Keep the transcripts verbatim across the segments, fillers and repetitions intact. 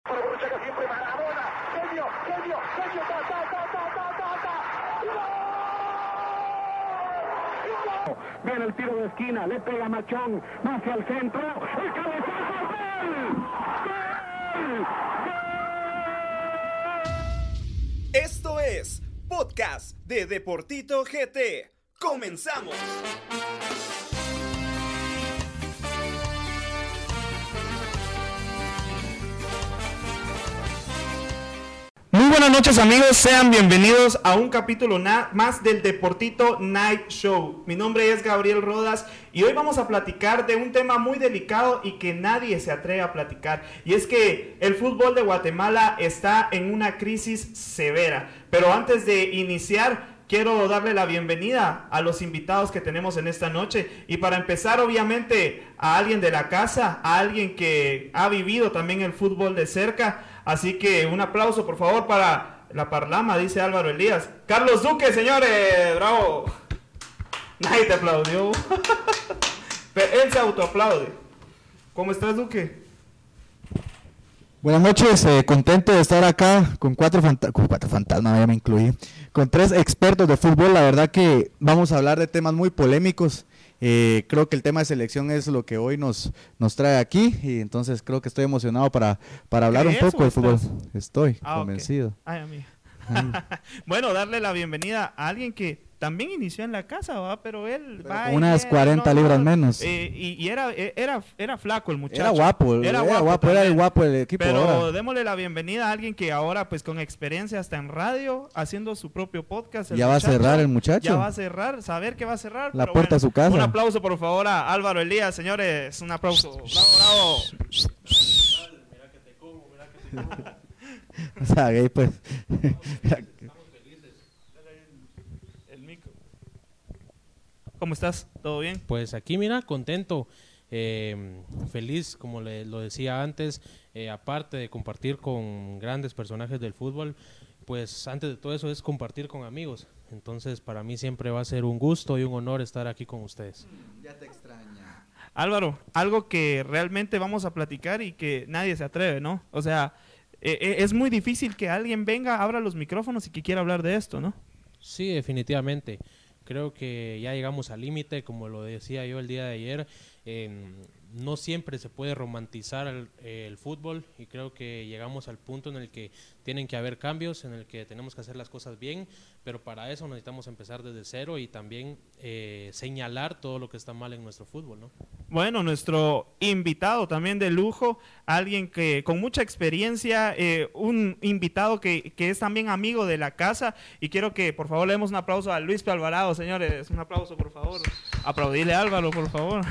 Para Borruchaga siempre Maradona. Genio, genio, genio. Ta, ta, ta, ta, ta, ta, ta. ¡Gol! Viene el tiro de esquina, le pega Machón, hacia el centro. El cabezazo, ¡gol! ¡Gol! ¡Gol! Esto es Podcast de Deportito G T. ¡Comenzamos! Muy buenas noches, amigos, sean bienvenidos a un capítulo na- más del Deportito Night Show. Mi nombre es Gabriel Rodas y hoy vamos a platicar de un tema muy delicado y que nadie se atreve a platicar. Y es que el fútbol de Guatemala está en una crisis severa. Pero antes de iniciar, quiero darle la bienvenida a los invitados que tenemos en esta noche. Y para empezar, obviamente, a alguien de la casa, a alguien que ha vivido también el fútbol de cerca. Así que un aplauso, por favor, para la parlama, dice Álvaro Elías. Carlos Duque, señores, bravo. Nadie te aplaudió. Pero él se autoaplaude. ¿Cómo estás, Duque? Buenas noches, eh, contento de estar acá con cuatro, fanta- con cuatro fantasmas, ya me incluí, con tres expertos de fútbol. La verdad que vamos a hablar de temas muy polémicos. Eh, creo que el tema de selección es lo que hoy nos, nos trae aquí y entonces creo que estoy emocionado para, para hablar un poco del fútbol. Estoy ah, convencido. Okay. Ay, amigo. Bueno, darle la bienvenida a alguien que también inició en la casa, ¿va? Pero él Pero va con unas bien, cuarenta no, libras no. menos. Eh, y, y era, era, era flaco el muchacho. Era guapo, era era guapo, guapo, era el también. guapo del equipo. Pero ahora. démosle la bienvenida a alguien que ahora, pues con experiencia hasta en radio, haciendo su propio podcast. el Ya va a muchacho. cerrar el muchacho. Ya va a cerrar, saber que va a cerrar. La pero puerta bueno, a su casa. Un aplauso, por favor, a Álvaro Elías, señores. Un aplauso. Bravo, bravo. Mira que te como, mira que te como. O sea, gay, pues. ¿Cómo estás? ¿Todo bien? Pues aquí, mira, contento, eh, feliz, como le, lo decía antes, eh, aparte de compartir con grandes personajes del fútbol, pues antes de todo eso es compartir con amigos. Entonces, para mí siempre va a ser un gusto y un honor estar aquí con ustedes. Ya te extraña. Álvaro, algo que realmente vamos a platicar y que nadie se atreve, ¿no? O sea, eh, eh, es muy difícil que alguien venga, abra los micrófonos y que quiera hablar de esto, ¿no? Sí, definitivamente. Creo que ya llegamos al límite, como lo decía yo el día de ayer. Eh, no siempre se puede romantizar el, el fútbol y creo que llegamos al punto en el que tienen que haber cambios, en el que tenemos que hacer las cosas bien, pero para eso necesitamos empezar desde cero y también eh, señalar todo lo que está mal en nuestro fútbol, ¿no? Bueno, nuestro invitado también de lujo, alguien que con mucha experiencia, eh, un invitado que, que es también amigo de la casa, y quiero que por favor le demos un aplauso a Luis P. Alvarado, señores, un aplauso por favor, aplaudirle a Álvaro por favor.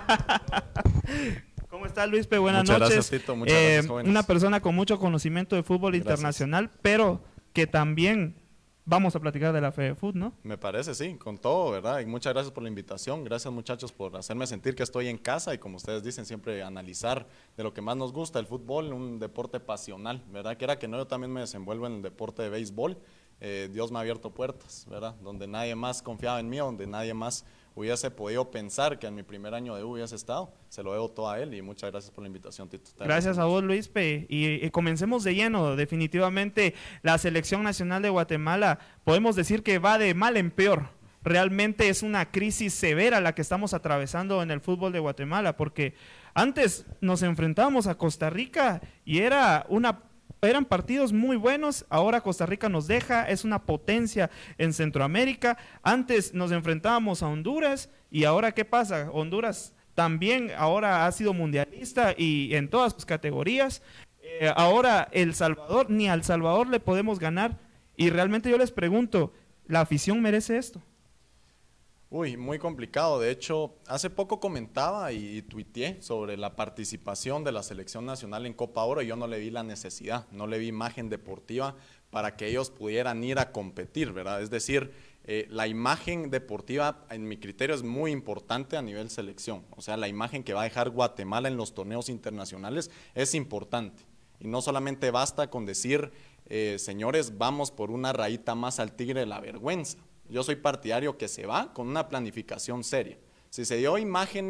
¿Cómo estás, Luis P? Buenas muchas noches. Gracias, Tito. Muchas eh, gracias, jóvenes. Una persona con mucho conocimiento de fútbol Gracias. internacional, pero que también vamos a platicar de la FedeFut, ¿no? Me parece, sí, con todo, ¿verdad? Y muchas gracias por la invitación. Gracias, muchachos, por hacerme sentir que estoy en casa y, como ustedes dicen, siempre analizar de lo que más nos gusta, el fútbol, un deporte pasional, ¿verdad? Que era que no, yo también me desenvuelvo en el deporte de béisbol. Eh, Dios me ha abierto puertas, ¿verdad? Donde nadie más confiaba en mí, donde nadie más hubiese podido pensar que en mi primer año de U hubiese estado. Se lo debo todo a él y muchas gracias por la invitación, Tito. Gracias a vos, Luis P. Y, y comencemos de lleno. Definitivamente la selección nacional de Guatemala, podemos decir que va de mal en peor. Realmente es una crisis severa la que estamos atravesando en el fútbol de Guatemala, porque antes nos enfrentábamos a Costa Rica y era una eran partidos muy buenos. Ahora Costa Rica nos deja, es una potencia en Centroamérica. Antes nos enfrentábamos a Honduras y ahora ¿qué pasa? Honduras también ahora ha sido mundialista y en todas sus categorías. Eh, ahora El Salvador, ni al Salvador le podemos ganar, y realmente yo les pregunto, ¿la afición merece esto? Uy, muy complicado. De hecho, hace poco comentaba y, y tuiteé sobre la participación de la selección nacional en Copa Oro y yo no le vi la necesidad, no le vi imagen deportiva para que ellos pudieran ir a competir, ¿verdad? Es decir, eh, la imagen deportiva, en mi criterio, es muy importante a nivel selección. O sea, la imagen que va a dejar Guatemala en los torneos internacionales es importante. Y no solamente basta con decir, eh, señores, vamos por una rayita más al tigre de la vergüenza. Yo soy partidario que se va con una planificación seria. Si se dio imágenes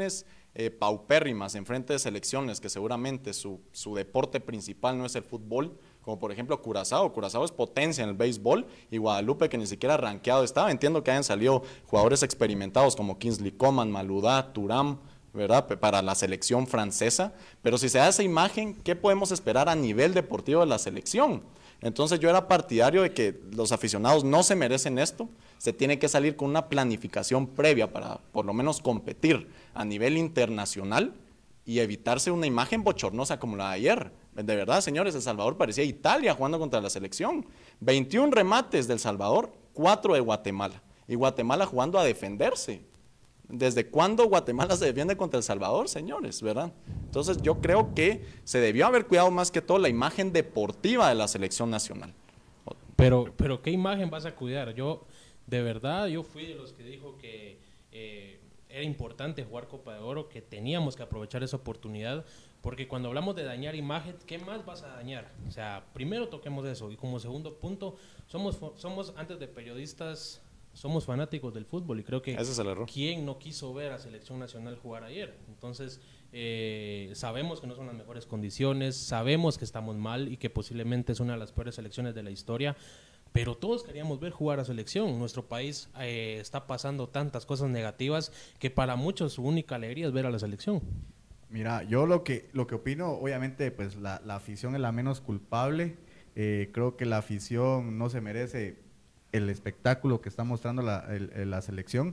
eh, paupérrimas en frente de selecciones que seguramente su, su deporte principal no es el fútbol, como por ejemplo Curazao. Curazao es potencia en el béisbol y Guadalupe, que ni siquiera rankeado estaba. Entiendo que hayan salido jugadores experimentados como Kingsley Coman, Maludá, Thuram, ¿verdad?, para la selección francesa, pero si se da esa imagen, ¿qué podemos esperar a nivel deportivo de la selección? Entonces yo era partidario de que los aficionados no se merecen esto, se tiene que salir con una planificación previa para por lo menos competir a nivel internacional y evitarse una imagen bochornosa como la de ayer. De verdad, señores, El Salvador parecía Italia jugando contra la selección. veintiún remates del Salvador, cuatro de Guatemala, y Guatemala jugando a defenderse. ¿Desde cuándo Guatemala se defiende contra El Salvador, señores? ¿Verdad? Entonces yo creo que se debió haber cuidado más que todo la imagen deportiva de la selección nacional. Pero, pero ¿qué imagen vas a cuidar? Yo, de verdad, yo fui de los que dijo que eh, era importante jugar Copa de Oro, que teníamos que aprovechar esa oportunidad, porque cuando hablamos de dañar imagen, ¿qué más vas a dañar? O sea, primero toquemos eso, y como segundo punto, somos, somos antes de periodistas, somos fanáticos del fútbol, y creo que ese es el error. ¿Quién no quiso ver a Selección Nacional jugar ayer? Entonces, eh, sabemos que no son las mejores condiciones, sabemos que estamos mal y que posiblemente es una de las peores selecciones de la historia, pero todos queríamos ver jugar a selección. Nuestro país eh, está pasando tantas cosas negativas que para muchos su única alegría es ver a la selección. Mira, yo lo que lo que opino, obviamente, pues la, la afición es la menos culpable. Eh, creo que la afición no se merece el espectáculo que está mostrando la, el, la selección,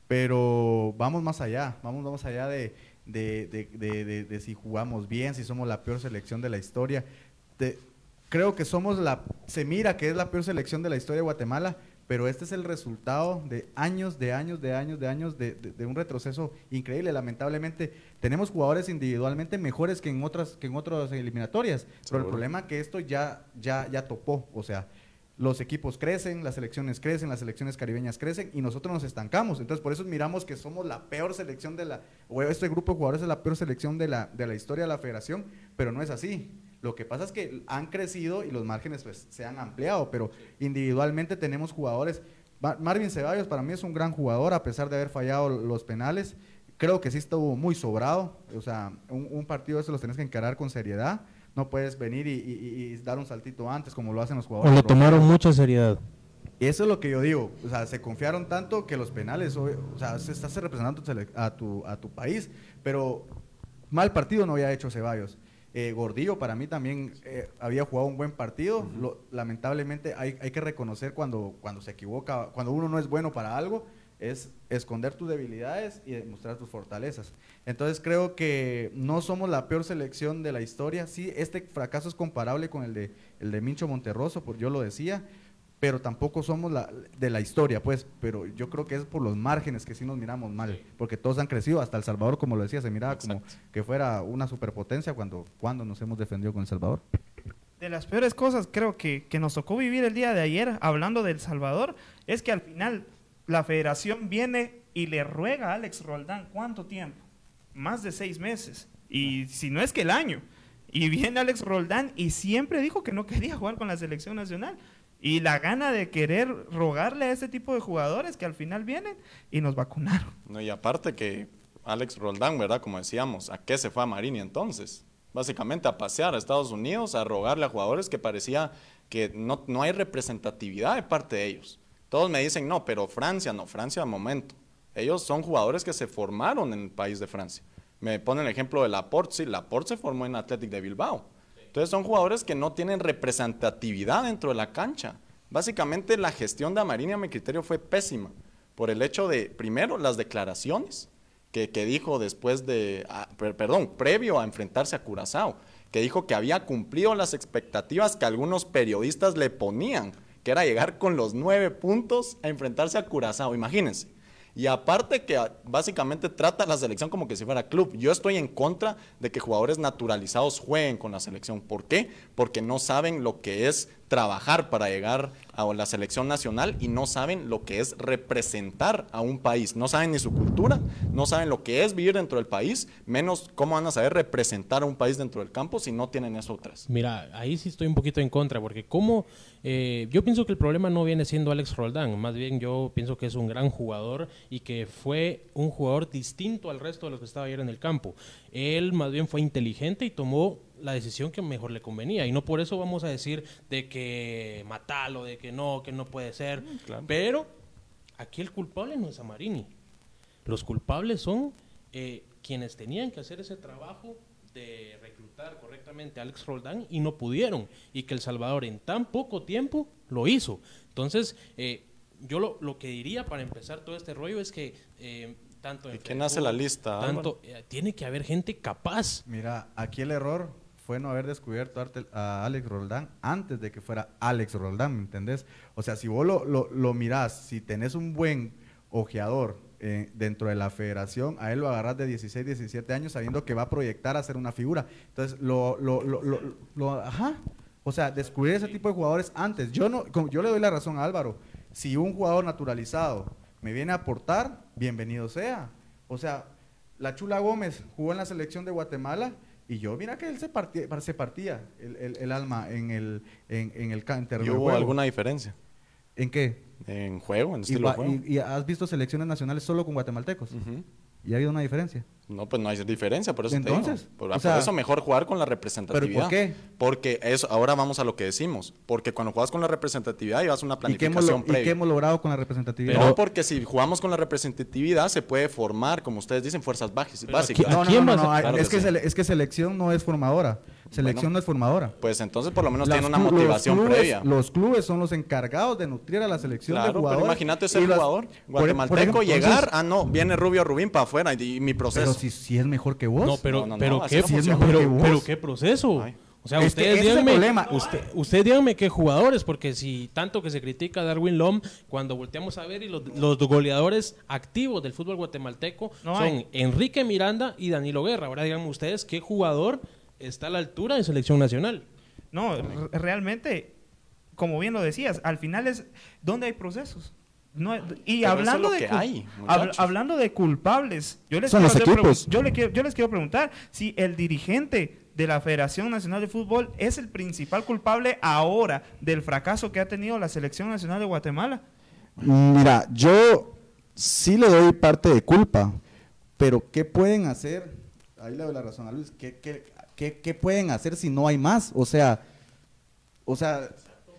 pero vamos más allá, vamos más allá de, de, de, de, de, de si jugamos bien, si somos la peor selección de la historia. De, creo que somos la, se mira que es la peor selección de la historia de Guatemala, pero este es el resultado de años, de años, de años, de años, de, de, de un retroceso increíble. Lamentablemente tenemos jugadores individualmente mejores que en otras, que en otras eliminatorias, pero el problema es que esto ya, ya, ya topó, o sea, los equipos crecen, las selecciones crecen, las selecciones caribeñas crecen y nosotros nos estancamos. Entonces por eso miramos que somos la peor selección de la, o este grupo de jugadores es la peor selección de la, de la historia de la federación, pero no es así. Lo que pasa es que han crecido y los márgenes pues se han ampliado, pero individualmente tenemos jugadores. Marvin Ceballos para mí es un gran jugador a pesar de haber fallado los penales. Creo que sí estuvo muy sobrado, o sea, un, un partido de eso los tenés que encarar con seriedad. No puedes venir y, y, y dar un saltito antes como lo hacen los jugadores. O lo tomaron mucha seriedad. Eso es lo que yo digo, o sea, se confiaron tanto que los penales, o, o sea, se estás representando a tu, a tu país, pero mal partido no había hecho Ceballos. Eh, Gordillo para mí también eh, había jugado un buen partido. Uh-huh. Lo, lamentablemente hay, hay que reconocer cuando, cuando se equivoca, cuando uno no es bueno para algo, es esconder tus debilidades y demostrar tus fortalezas. Entonces creo que no somos la peor selección de la historia. Sí, este fracaso es comparable con el de, el de Mincho Monterroso, por yo lo decía, pero tampoco somos la, de la historia, pues, pero yo creo que es por los márgenes que sí nos miramos mal, sí. Porque todos han crecido, hasta El Salvador, como lo decía, se miraba Exacto. como que fuera una superpotencia cuando, cuando nos hemos defendido con El Salvador. De las peores cosas creo que, que nos tocó vivir el día de ayer, hablando de El Salvador, es que al final la federación viene y le ruega a Alex Roldán, ¿cuánto tiempo? Más de seis meses, y si no es que el año, y viene Alex Roldán y siempre dijo que no quería jugar con la selección nacional, y la gana de querer rogarle a este tipo de jugadores que al final vienen y nos vacunaron. No, y aparte que Alex Roldán, ¿verdad? Como decíamos, ¿a qué se fue a Marini entonces? Básicamente a pasear a Estados Unidos, a rogarle a jugadores que parecía que no, no hay representatividad de parte de ellos. Todos me dicen, no, pero Francia, no, Francia al momento. Ellos son jugadores que se formaron en el país de Francia. Me ponen el ejemplo de Laporte, sí, Laporte se formó en Athletic de Bilbao. Entonces son jugadores que no tienen representatividad dentro de la cancha. Básicamente la gestión de Amarini a mi criterio fue pésima, por el hecho de, primero, las declaraciones que, que dijo después de, ah, per, perdón, previo a enfrentarse a Curazao, que dijo que había cumplido las expectativas que algunos periodistas le ponían, que era llegar con los nueve puntos a enfrentarse a Curazao, imagínense. Y aparte que básicamente trata a la selección como que si fuera club. Yo estoy en contra de que jugadores naturalizados jueguen con la selección. ¿Por qué? Porque no saben lo que es trabajar para llegar a la selección nacional y no saben lo que es representar a un país, no saben ni su cultura, no saben lo que es vivir dentro del país, menos cómo van a saber representar a un país dentro del campo si no tienen eso atrás. Mira, ahí sí estoy un poquito en contra, porque como eh, yo pienso que el problema no viene siendo Alex Roldán, más bien yo pienso que es un gran jugador y que fue un jugador distinto al resto de los que estaba ayer en el campo. Él más bien fue inteligente y tomó la decisión que mejor le convenía, y no por eso vamos a decir de que matalo, de que no, que no puede ser, claro. Pero aquí el culpable no es Amarini, los culpables son eh, quienes tenían que hacer ese trabajo de reclutar correctamente a Alex Roldán y no pudieron, y que El Salvador en tan poco tiempo lo hizo. Entonces eh, yo lo, lo que diría para empezar todo este rollo es que eh, tanto ¿Y quién hace la lista? Tanto, eh, tiene que haber gente capaz. Mira, aquí el error fue no haber descubierto a Alex Roldán antes de que fuera Alex Roldán, ¿me entendés? O sea, si vos lo, lo, lo mirás, si tenés un buen ojeador eh, dentro de la federación, a él lo agarrás de dieciséis, diecisiete años sabiendo que va a proyectar a ser una figura. Entonces, lo, lo, lo, lo, lo ajá, o sea, descubrir ese tipo de jugadores antes. Yo no, yo le doy la razón a Álvaro. Si un jugador naturalizado me viene a aportar, bienvenido sea. O sea, la Chula Gómez jugó en la selección de Guatemala. Y yo, mira que él se partía, se partía el, el, el alma en el, en, en el terreno ¿Y hubo juego. alguna diferencia? ¿En qué? En juego, en estilo y, de juego. Y, y has visto selecciones nacionales solo con guatemaltecos. Uh-huh. ¿Y ha habido una diferencia? No, pues no hay diferencia, por eso Entonces, te digo. Por, o sea, por eso mejor jugar con la representatividad. ¿Pero por qué? Porque eso, ahora vamos a lo que decimos. Porque cuando juegas con la representatividad llevas una planificación ¿Y qué hemos, previa. ¿Y qué hemos logrado con la representatividad? No, porque si jugamos con la representatividad se puede formar, como ustedes dicen, fuerzas básicas. Aquí, no, no, no, no, no, claro es, que que sí. sele, es que selección no es formadora. Selección bueno, no es formadora. Pues entonces por lo menos Las tiene una clu- motivación los clubes, previa. Los clubes son los encargados de nutrir a la selección Claro, de jugadores. pero imagínate ser las, jugador por- guatemalteco, por ejemplo, llegar, entonces, ah no, viene Rubio Rubín para afuera y, y mi proceso. Pero si, si es mejor que vos. No, pero, No, no, no, pero, así ¿qué, no funciona. pero, que vos. pero qué proceso. Ay. O sea, Es que ustedes ese es el díganme, problema. usted, ustedes díganme qué jugadores, porque si tanto que se critica a Darwin Lom, cuando volteamos a ver y los, los goleadores activos del fútbol guatemalteco No son hay. Enrique Miranda y Danilo Guerra. Ahora díganme ustedes qué jugador está a la altura de selección nacional. No, re- realmente, como bien lo decías, al final es donde hay procesos. No, y Pero hablando eso es lo de que cul- hay, hab- muchachos. hablando de culpables, yo les Son quiero los hacer equipos. pregu- yo, le quiero- yo les quiero preguntar si el dirigente de la Federación Nacional de Fútbol es el principal culpable ahora del fracaso que ha tenido la Selección Nacional de Guatemala. Mira, yo sí le doy parte de culpa, pero ¿qué pueden hacer? Ahí le doy la razón a Luis. ¿Qué, qué, qué, qué pueden hacer si no hay más? O sea, o sea,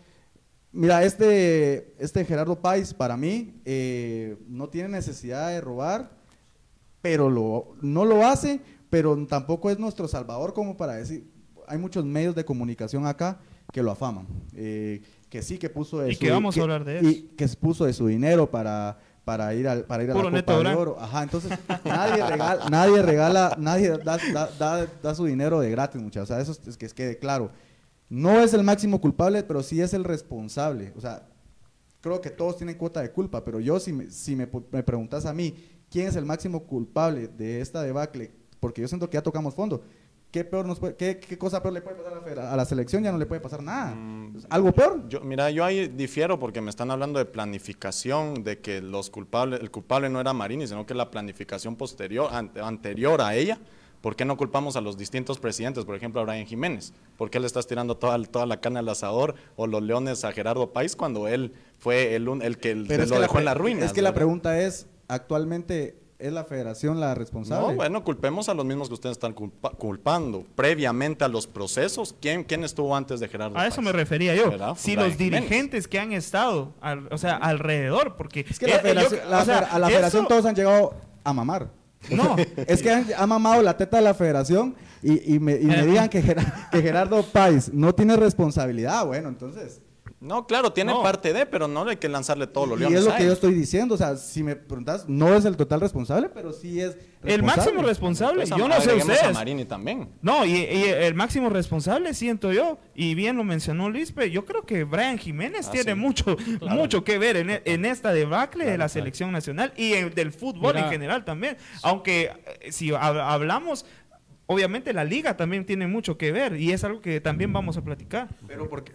mira, este, este Gerardo Páez, para mí, eh, no tiene necesidad de robar, pero lo, no lo hace, pero tampoco es nuestro salvador como para decir, hay muchos medios de comunicación acá que lo afaman, eh, que sí que puso de Y su, que vamos a hablar de eso. y que puso de su dinero para para ir al para ir a Puro la Neto Copa de Durán. Oro. Ajá, entonces nadie regala, nadie regala, nadie da, da, da, da su dinero de gratis, muchachos. O sea, eso es, es que es quede claro. No es el máximo culpable, pero sí es el responsable. O sea, creo que todos tienen cuota de culpa, pero yo si me, si me, me preguntas a mí quién es el máximo culpable de esta debacle, porque yo siento que ya tocamos fondo. ¿Qué peor nos puede, qué, qué cosa peor le puede pasar a la, federa- a la selección? Ya no le puede pasar nada. Mm, ¿Algo peor? Yo, mira, yo ahí difiero porque me están hablando de planificación, de que los culpables, el culpable no era Marini, sino que la planificación posterior, ante- anterior a ella. ¿Por qué no culpamos a los distintos presidentes? Por ejemplo, a Brian Jiménez. ¿Por qué le estás tirando toda, toda la carne al asador o los leones a Gerardo Páez cuando él fue el, un- el que el- Pero es lo que dejó la, en la pre- ruina? Es que la pregunta es, actualmente, ¿es la federación la responsable? No, bueno, culpemos a los mismos que ustedes están culpa- culpando. Previamente a los procesos, ¿quién, quién estuvo antes de Gerardo A eso Páez? me refería yo. ¿Verdad? Si Brian los Jiménez. dirigentes que han estado, al- o sea, alrededor, porque Es que la eh, eh, yo- federación- la o sea, federa- a la federación eso- todos han llegado a mamar. No, Es que han, ha mamado la teta de la federación y, y me, y me digan que, Ger- que Gerardo Páez no tiene responsabilidad. Bueno, entonces... No, claro, tiene No. parte de, pero no hay que lanzarle todos los Y leones es lo a que él. yo estoy diciendo. O sea, si me preguntas, no es el total responsable, pero sí es responsable. el máximo responsable, Entonces, yo no sé agreguemos ustedes. a Marini también. No, y, y el máximo responsable siento yo, y bien lo mencionó Lispe, yo creo que Brian Jiménez Ah, tiene sí. mucho, Claro. mucho que ver en, e- en esta debacle de la claro. selección nacional y en- del fútbol Mira. en general también. Aunque eh, si hab- hablamos, obviamente la liga también tiene mucho que ver y es algo que también vamos a platicar. Pero porque, eh,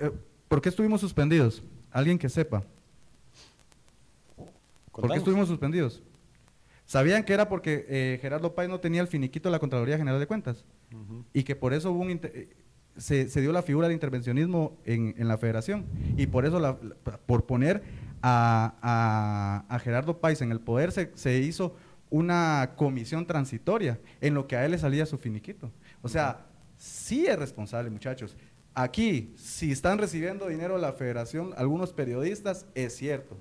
¿por qué estuvimos suspendidos? Alguien que sepa. ¿Por Contanos. qué estuvimos suspendidos? ¿Sabían que era porque eh, Gerardo Páez no tenía el finiquito de la Contraloría General de Cuentas? Uh-huh. Y que por eso hubo un inter- se, se dio la figura de intervencionismo en, en la federación. Y por eso, la, la, por poner a, a, a Gerardo Páez en el poder, se, se hizo una comisión transitoria en lo que a él le salía su finiquito. O sea, sí es responsable, muchachos. Aquí, si están recibiendo dinero de la federación, algunos periodistas, es cierto.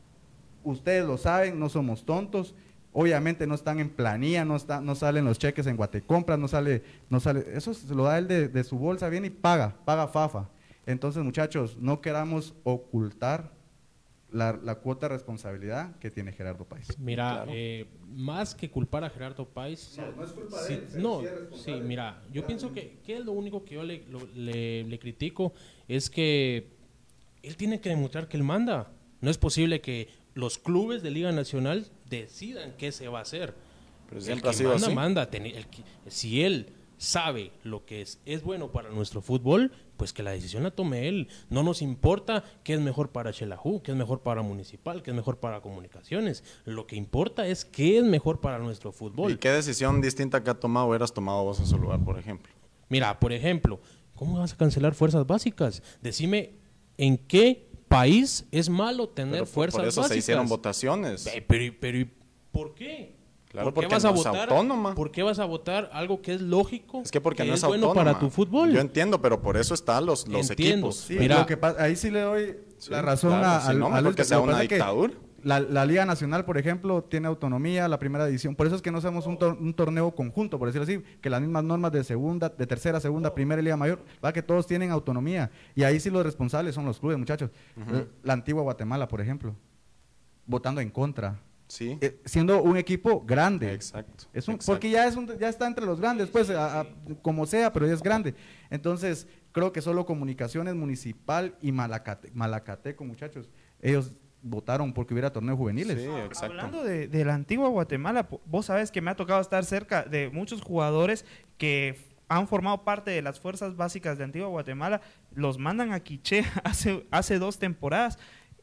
Ustedes lo saben, no somos tontos. Obviamente no están en planilla, no, está, no salen los cheques en Guatecompras, no sale, no sale, eso se lo da él de, de su bolsa, viene y paga, paga Fafa. Entonces, muchachos, no queramos ocultar la, la cuota de responsabilidad que tiene Gerardo Páez. Mira, Claro. eh, más que culpar a Gerardo Páez, No, no es culpa sí, de él, pero no, sí es sí, responsable. mira, yo pienso que, que es lo único que yo le, lo- le, le critico, es que él tiene que demostrar que él manda. No es posible que los clubes de Liga Nacional decidan qué se va a hacer. Pero El siempre que ha sido manda, así. manda. Ten- el que- si él sabe lo que es, es bueno para nuestro fútbol, pues que la decisión la tome él. No nos importa qué es mejor para Xelajú, qué es mejor para Municipal, qué es mejor para Comunicaciones. Lo que importa es qué es mejor para nuestro fútbol. ¿Y qué decisión distinta que ha tomado hubieras tomado vos en su lugar, por ejemplo? Mira, por ejemplo, ¿cómo vas a cancelar fuerzas básicas? Decime, ¿en qué país es malo tener Pero por- fuerzas por eso básicas? se hicieron votaciones. Pe- Pero, ¿y- pero ¿y por qué? Claro, ¿Por qué porque vas a no es votar? autónoma. ¿Por qué vas a votar algo que es lógico? Es que porque no es, bueno autónoma. para tu fútbol. Yo entiendo, pero por eso están los, los Entiendo. equipos. Sí, Mira. lo que pasa, ahí sí le doy Sí, la razón claro, a, si a- no, a mejor Luis, que sea lo una pasa es que dictadura. La, la Liga Nacional, por ejemplo, tiene autonomía, la primera división. Por eso es que no hacemos un, tor- un torneo conjunto, por decirlo así, que las mismas normas de segunda, de tercera, segunda, primera y Liga Mayor, va que todos tienen autonomía. Y ahí sí los responsables son los clubes, muchachos. Ujú. La antigua Guatemala, por ejemplo, votando en contra, Sí, eh, siendo un equipo grande. exacto. Es un- exacto. porque ya es un, ya está entre los grandes, pues, a- a- como sea, pero ya es grande. Entonces, creo que solo Comunicaciones Municipal y Malacate, Malacateco, muchachos, ellos votaron porque hubiera torneos juveniles. Sí, exacto. Hablando de, de la antigua Guatemala, po- vos sabes que me ha tocado estar cerca de muchos jugadores que f- han formado parte de las fuerzas básicas de Antigua Guatemala, los mandan a Quiché hace, hace dos temporadas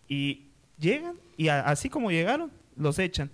y llegan y a- así como llegaron, los echan.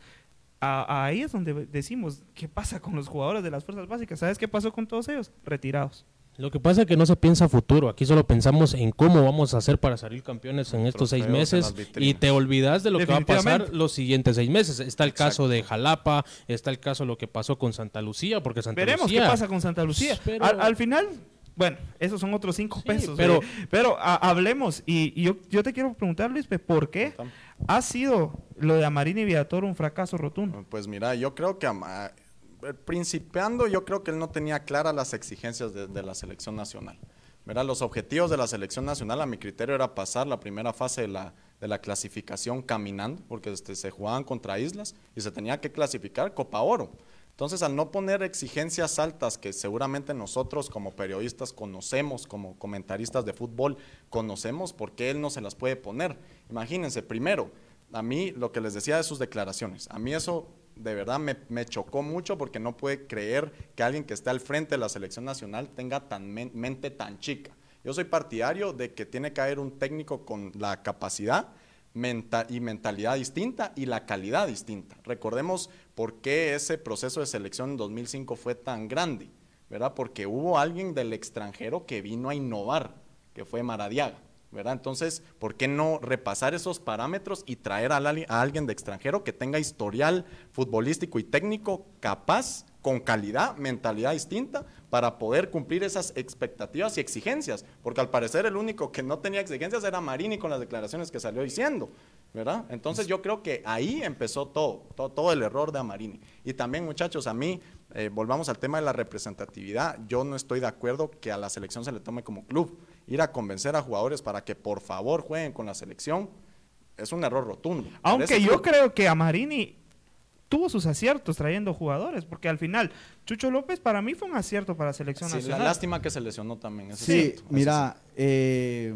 A- ahí es donde decimos, ¿qué pasa con los jugadores de las fuerzas básicas? ¿Sabes qué pasó con todos ellos? Retirados. Lo que pasa es que no se piensa a futuro. Aquí solo pensamos en cómo vamos a hacer para salir campeones en estos seis Trofeos en meses las vitrinas. y te olvidas de lo que va a pasar Definitivamente. los siguientes seis meses. Está el Exacto. caso de Jalapa, está el caso de lo que pasó con Santa Lucía, porque Santa Veremos Lucía... qué pasa con Santa Lucía. Pero- Al, al final, bueno, esos son otros cinco Sí, pesos. pero- eh. pero a- hablemos. Y, y yo, yo te quiero preguntar, Luis, ¿por qué Contame. ha sido lo de Amarini Villator un fracaso rotundo? Pues mira, yo creo que ama- eh, principiando, yo creo que él no tenía claras las exigencias de, de la selección nacional. ¿Verdad? Los objetivos de la selección nacional, a mi criterio, era pasar la primera fase de la, de la clasificación caminando, porque este, se jugaban contra islas y se tenía que clasificar Copa Oro. Entonces, al no poner exigencias altas que seguramente nosotros como periodistas conocemos, como comentaristas de fútbol conocemos, ¿por qué él no se las puede poner? Imagínense, primero, a mí lo que les decía de sus declaraciones, a mí eso de verdad me, me chocó mucho porque no puede creer que alguien que esté al frente de la selección nacional tenga tan men- mente tan chica. Yo soy partidario de que tiene que haber un técnico con la capacidad menta- y mentalidad distinta y la calidad distinta. Recordemos por qué ese proceso de selección en dos mil cinco fue tan grande, ¿verdad? Porque hubo alguien del extranjero que vino a innovar, que fue Maradiaga, ¿verdad? Entonces, ¿por qué no repasar esos parámetros y traer a, la- a alguien de extranjero que tenga historial futbolístico y técnico capaz, con calidad, mentalidad distinta, para poder cumplir esas expectativas y exigencias? Porque al parecer el único que no tenía exigencias era Marini con las declaraciones que salió diciendo, ¿verdad? Entonces yo creo que ahí empezó todo, todo, todo el error de Amarini. Y también, muchachos, a mí, eh, volvamos al tema de la representatividad, yo no estoy de acuerdo que a la selección se le tome como club. Ir a convencer a jugadores para que por favor jueguen con la selección es un error rotundo. Aunque Parece yo que- creo que Amarini tuvo sus aciertos trayendo jugadores, porque al final Chucho López para mí fue un acierto para la selección Sí, la nacional. lástima que se lesionó también. eso es Sí, cierto, eso mira, eh,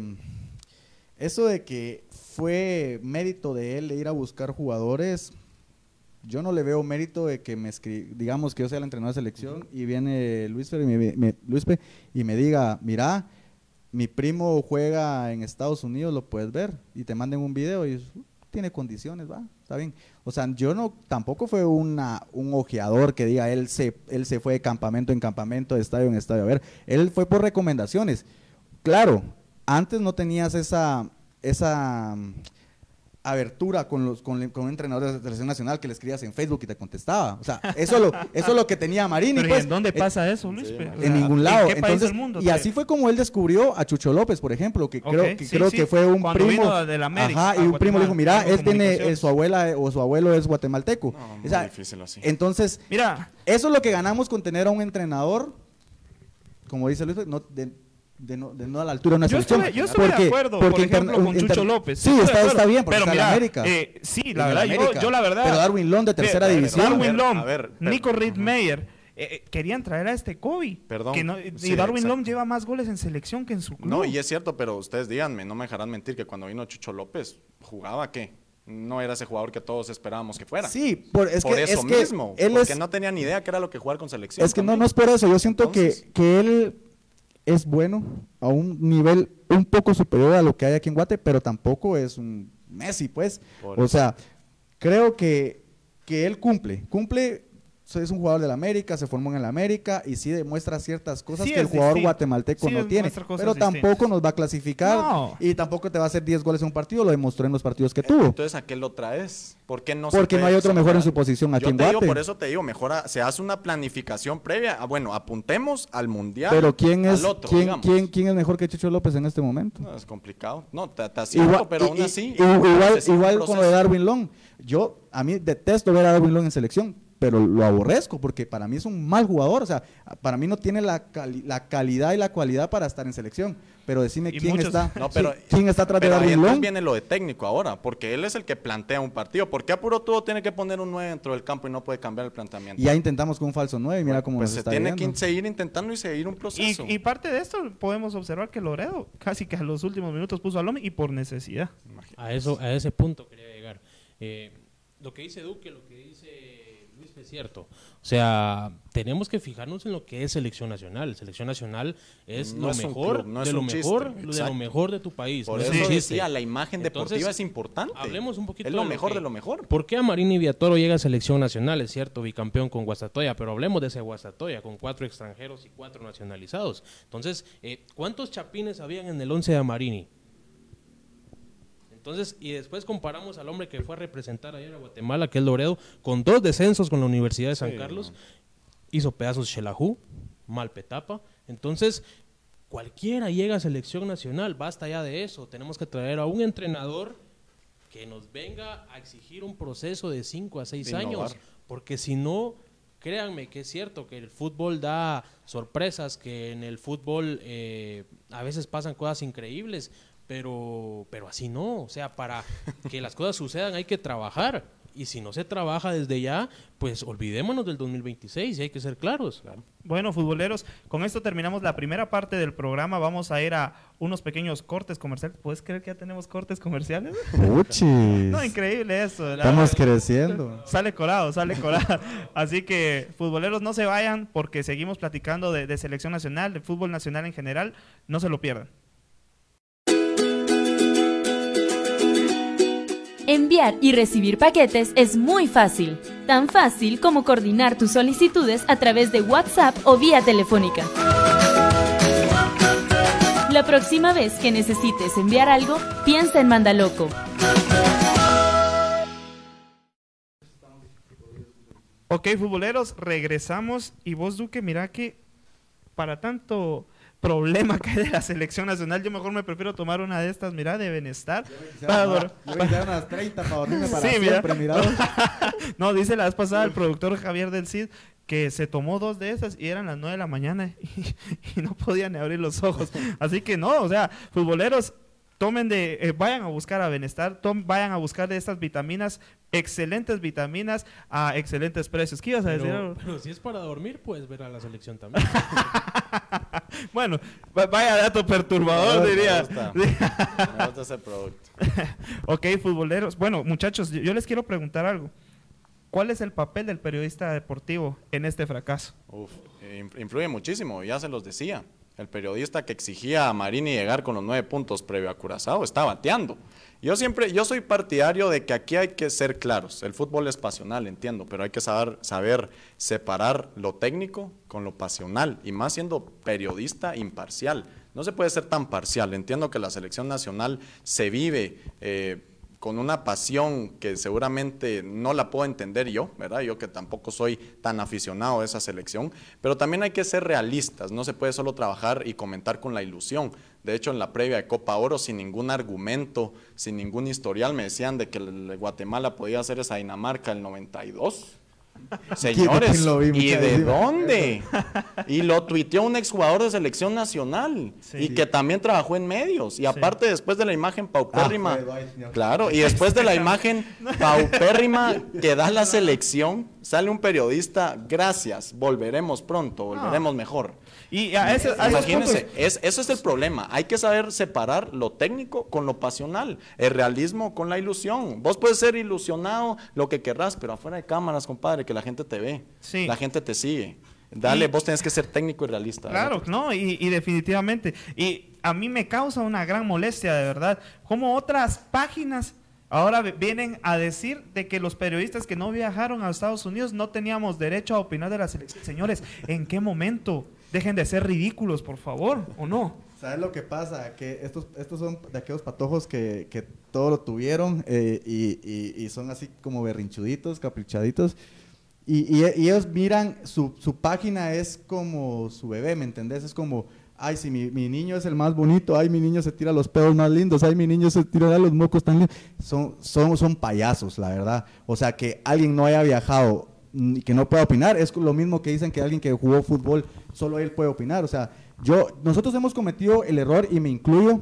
eso de que fue mérito de él de ir a buscar jugadores, yo no le veo mérito de que me escri digamos que yo sea el entrenador de selección y viene Luispe y me, me- Luispe y me diga, mira, mi primo juega en Estados Unidos, lo puedes ver, y te manden un video y uh, tiene condiciones, va, está bien. O sea, yo no, tampoco fue una, un ojeador que diga, él se, él se fue de campamento en campamento, de estadio en estadio, a ver, él fue por recomendaciones. Claro, antes no tenías esa, esa abertura con los con, con un entrenador de la selección nacional que le escribías en Facebook y te contestaba. O sea, eso lo, eso es lo que tenía Marini. Pero pues, ¿y en dónde eh, pasa eso, Luis? sí, O sea, en ningún lado. ¿En qué país Entonces, del mundo? y así fue como él descubrió a Chucho López, por ejemplo, que Ok, creo que sí, creo sí, que fue un cuando primo vino de la América, ajá, a y un primo le dijo, mira, Guatemala, él tiene eh, comunicaciones. su abuela o su abuelo es guatemalteco. No, muy O sea, difícil así. entonces, Mira, eso es lo que ganamos con tener a un entrenador, como dice Luis, no, de, de no, de no a la altura de una yo selección. estuve, yo estuve Porque- de acuerdo, porque por ejemplo, interna- con inter- Chucho López. Sí, Estuve de está, acuerdo. está bien, porque pero está en mira, la América. eh, sí, En la el verdad, yo, América. yo la verdad. Pero Darwin Lund de tercera Pero, división. Darwin A ver, Lom, a ver, per- Nico Reed Ujú. Meyer, eh, eh, querían traer a este Kobe. Perdón. Que no- y Sí, Darwin exacto. Lom lleva más goles en selección que en su club. No, y es cierto, pero ustedes díganme, no me dejarán mentir que cuando vino Chucho López, ¿jugaba qué? No era ese jugador que todos esperábamos que fuera. Sí, por, es por que, eso es que mismo, él porque es, no tenía ni idea que era lo que jugar con selección. es que no, también. no es por eso. Yo siento Entonces- que, que él es bueno a un nivel un poco superior a lo que hay aquí en Guate, pero tampoco es un Messi, pues. Por O eso. sea, creo que, que él cumple, cumple, es un jugador de la América, se formó en el América y sí demuestra ciertas cosas Sí que el es jugador distinto. guatemalteco Sí no es- tiene, muestra cosas pero tampoco distintas. nos va a clasificar No. y tampoco te va a hacer diez goles en un partido, lo demostró en los partidos que tuvo. Entonces, ¿a qué lo traes? ¿Por qué no se Porque no puede hay otro mejor en desarrollar? su posición aquí Yo en te digo, Guate. por eso te digo, mejor a- se hace una planificación previa. Ah, bueno, apuntemos al mundial. Pero ¿quién es, al otro, quién, digamos. quién, quién es mejor que Chucho López en este momento? No, es complicado. No, te, te asiento, pero y- aún y- así. y- igual necesita un igual con lo de proceso. Darwin Long. Yo, a mí detesto ver a Darwin Long en selección, pero lo aborrezco porque para mí es un mal jugador. O sea, para mí no tiene la, cali- la calidad y la cualidad para estar en selección. Pero decime Y quién muchos- está, No, pero, sí, quién está atrás de pero ahí Darwin entonces Long. viene lo de técnico ahora, porque él es el que plantea un partido. ¿Por qué a puro todo tiene que poner un nueve dentro del campo y no puede cambiar el planteamiento? Y ya intentamos con un falso nueve y mira Bueno, cómo pues nos se está tiene yendo. que seguir intentando y seguir un proceso. Y, y parte de esto podemos observar que Loredo casi que a los últimos minutos puso a Lom y por necesidad. A eso, a ese punto quería llegar. Eh, lo que dice Duque, lo que dice Luis es cierto. O sea, tenemos que fijarnos en lo que es selección nacional. Selección nacional es No lo es un mejor club, no es de lo un chiste, mejor, de exacto. lo mejor de tu país. Por no es eso un chiste. decía, la imagen Entonces, deportiva es importante. Hablemos un poquito Es lo de mejor que- de lo mejor. ¿Por qué Amarini Viatoro llega a selección nacional? Es cierto, bicampeón con Guastatoya, pero hablemos de ese Guastatoya, con cuatro extranjeros y cuatro nacionalizados. Entonces, eh, ¿cuántos chapines habían en el once de Amarini? Entonces, y después comparamos al hombre que fue a representar ayer a Guatemala, que es Loredo, con dos descensos con la Universidad de San Sí, Carlos, hizo pedazos Xelajú, Malpetapa. Entonces, cualquiera llega a selección nacional, basta ya de eso. Tenemos que traer a un entrenador que nos venga a exigir un proceso de cinco a seis De años, innovar. porque si no, créanme que es cierto que el fútbol da sorpresas, que en el fútbol eh, a veces pasan cosas increíbles, pero, pero así no. O sea, para que las cosas sucedan hay que trabajar. Y si no se trabaja desde ya, pues olvidémonos del dos mil veintiséis y hay que ser claros. Bueno, futboleros, con esto terminamos la primera parte del programa. Vamos a ir a unos pequeños cortes comerciales. ¿Puedes creer que ya tenemos cortes comerciales? Puchis. No, increíble eso. la Estamos verdad. creciendo. Sale colado, sale colado. Así que, futboleros, no se vayan porque seguimos platicando de, de selección nacional, de fútbol nacional en general. No se lo pierdan. Enviar y recibir paquetes es muy fácil, tan fácil como coordinar tus solicitudes a través de WhatsApp o vía telefónica. La próxima vez que necesites enviar algo, piensa en Mandaloco. Ok, futboleros, regresamos. Y vos, Duque, mira que para tanto problema que hay de la selección nacional, yo mejor me prefiero tomar una de estas, mira, de bienestar. Para dor- Yo voy a quedar unas treinta para dormirme para Sí, mira. siempre, mira. No, dice la vez pasada el productor Javier del Cid que se tomó dos de esas y eran las nueve de la mañana y, y no podía ni abrir los ojos. Así que no, o sea, futboleros, tomen de, eh, vayan a buscar a Bienestar, tom- vayan a buscar de estas vitaminas, excelentes vitaminas a excelentes precios. ¿Qué ibas a decir? Pero, algo? pero si es para dormir, puedes ver a la selección también. Bueno, va- vaya dato perturbador, Me diría. gusta. Me gusta ese producto. Ok, futboleros. Bueno, muchachos, yo, yo les quiero preguntar algo. ¿Cuál es el papel del periodista deportivo en este fracaso? Uf, eh, inf- influye muchísimo, ya se los decía. El periodista que exigía a Marini llegar con los nueve puntos previo a Curazao está bateando. Yo siempre, yo soy partidario de que aquí hay que ser claros. El fútbol es pasional, entiendo, pero hay que saber, saber separar lo técnico con lo pasional, y más siendo periodista imparcial. No se puede ser tan parcial. Entiendo que la selección nacional se vive eh, con una pasión que seguramente no la puedo entender yo, ¿verdad? Yo que tampoco soy tan aficionado a esa selección, pero también hay que ser realistas. No se puede solo trabajar y comentar con la ilusión. De hecho, en la previa de Copa Oro, sin ningún argumento, sin ningún historial, me decían de que el Guatemala podía hacer esa Dinamarca el noventa y dos. Señores, ¿y de dónde? Y lo tuiteó un exjugador de selección nacional, sí, y que también trabajó en medios. Y aparte, sí, después de la imagen paupérrima, ah, claro, y después de la imagen paupérrima que da la selección, sale un periodista, gracias, volveremos pronto, volveremos mejor. Y a ese, a Imagínense, puntos... es, eso es el problema. Hay que saber separar lo técnico con lo pasional, el realismo con la ilusión. Vos puedes ser ilusionado lo que querrás, pero afuera de cámaras, compadre, que la gente te ve, sí, la gente te sigue. Dale, y, vos tenés que ser técnico y realista. Claro, ¿verdad? no, y, y definitivamente. Y a mí me causa una gran molestia, de verdad, como otras páginas ahora vienen a decir de que los periodistas que no viajaron a Estados Unidos no teníamos derecho a opinar de la selección. Señores, ¿en qué momento? Dejen de ser ridículos, por favor, ¿o no? ¿Sabes lo que pasa? Que estos, estos son de aquellos patojos que, que todo lo tuvieron eh, y, y, y son así como berrinchuditos, caprichaditos. Y, y, y ellos miran, su, su página es como su bebé, ¿me entendés? Es como, ay, si mi, mi niño es el más bonito, ay, mi niño se tira los pedos más lindos, ay, mi niño se tira los mocos tan lindos. Son, son, son payasos, la verdad. O sea, que alguien no haya viajado y que no pueda opinar, es lo mismo que dicen que alguien que jugó fútbol, solo él puede opinar. O sea, yo, nosotros hemos cometido el error, y me incluyo,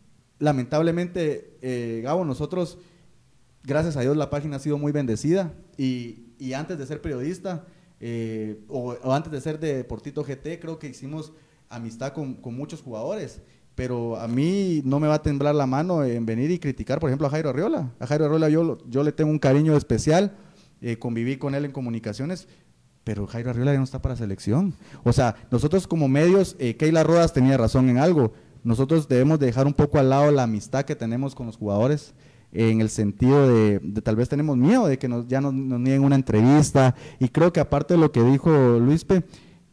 lamentablemente, eh, Gabo, nosotros, gracias a Dios, la página ha sido muy bendecida, y, y antes de ser periodista, eh, o, o antes de ser de Deportito G T, creo que hicimos amistad con, con muchos jugadores, pero a mí no me va a temblar la mano en venir y criticar, por ejemplo, a Jairo Arriola. A Jairo Arriola yo, yo le tengo un cariño especial. Eh, conviví con él en comunicaciones, pero Jairo Arriola ya no está para selección. O sea, nosotros como medios, eh, Keila Rodas tenía razón en algo, nosotros debemos dejar un poco al lado la amistad que tenemos con los jugadores, eh, en el sentido de, de tal vez tenemos miedo de que nos, ya nos, nos nieguen una entrevista, y creo que aparte de lo que dijo Luispe,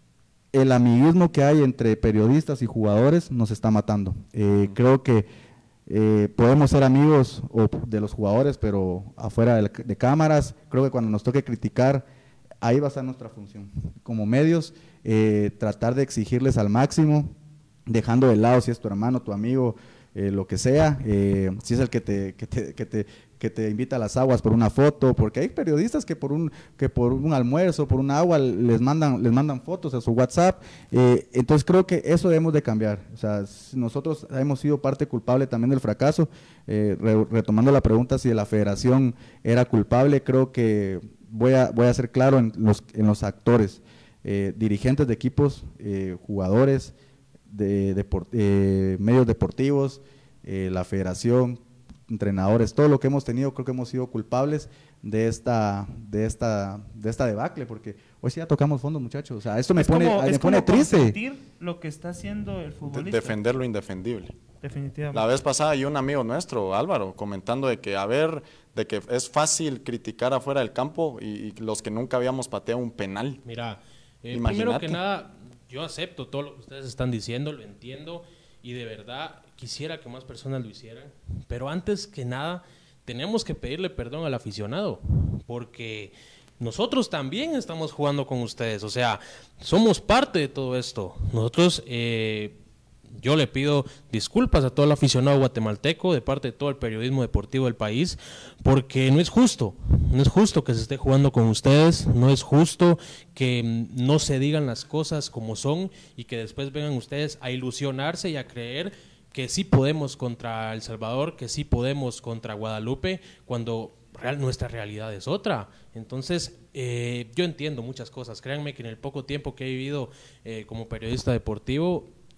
el amiguismo que hay entre periodistas y jugadores nos está matando. Eh, creo que Eh, podemos ser amigos o de los jugadores, pero afuera de, de cámaras. Creo que cuando nos toque criticar, ahí va a estar nuestra función como medios, eh, tratar de exigirles al máximo, dejando de lado si es tu hermano, tu amigo, eh, lo que sea, eh, si es el que te, que te, que te, que te invita a las aguas por una foto, porque hay periodistas que por un, que por un almuerzo, por un agua, les mandan, les mandan fotos a su WhatsApp. Eh, entonces creo que eso debemos de cambiar. O sea, nosotros hemos sido parte culpable también del fracaso. Eh, re, retomando la pregunta si la federación era culpable, creo que voy a, voy a ser claro en los, en los actores, eh, dirigentes de equipos, eh, jugadores, de, de, eh, medios deportivos, eh, la federación, entrenadores, todo lo que hemos tenido, creo que hemos sido culpables de esta, de esta, de esta debacle, porque hoy sí ya tocamos fondo, muchachos. O sea, esto me es pone, como, me es pone como triste. Lo que está haciendo el futbolista. Defender lo indefendible. Definitivamente. La vez pasada hay un amigo nuestro, Álvaro, comentando de que a ver, de que es fácil criticar afuera del campo y, y los que nunca habíamos pateado un penal. Mira, eh, primero que nada, yo acepto todo lo que ustedes están diciendo, lo entiendo, y de verdad quisiera que más personas lo hicieran, pero antes que nada tenemos que pedirle perdón al aficionado, porque nosotros también estamos jugando con ustedes, o sea, somos parte de todo esto. Nosotros, eh, yo le pido disculpas a todo el aficionado guatemalteco de parte de todo el periodismo deportivo del país, porque no es justo, no es justo que se esté jugando con ustedes, no es justo que no se digan las cosas como son y que después vengan ustedes a ilusionarse y a creer que sí podemos contra El Salvador, que sí podemos contra Guadalupe, cuando real, nuestra realidad es otra. Entonces, eh, yo entiendo muchas cosas. Créanme que en el poco tiempo que he vivido eh, como periodista deportivo,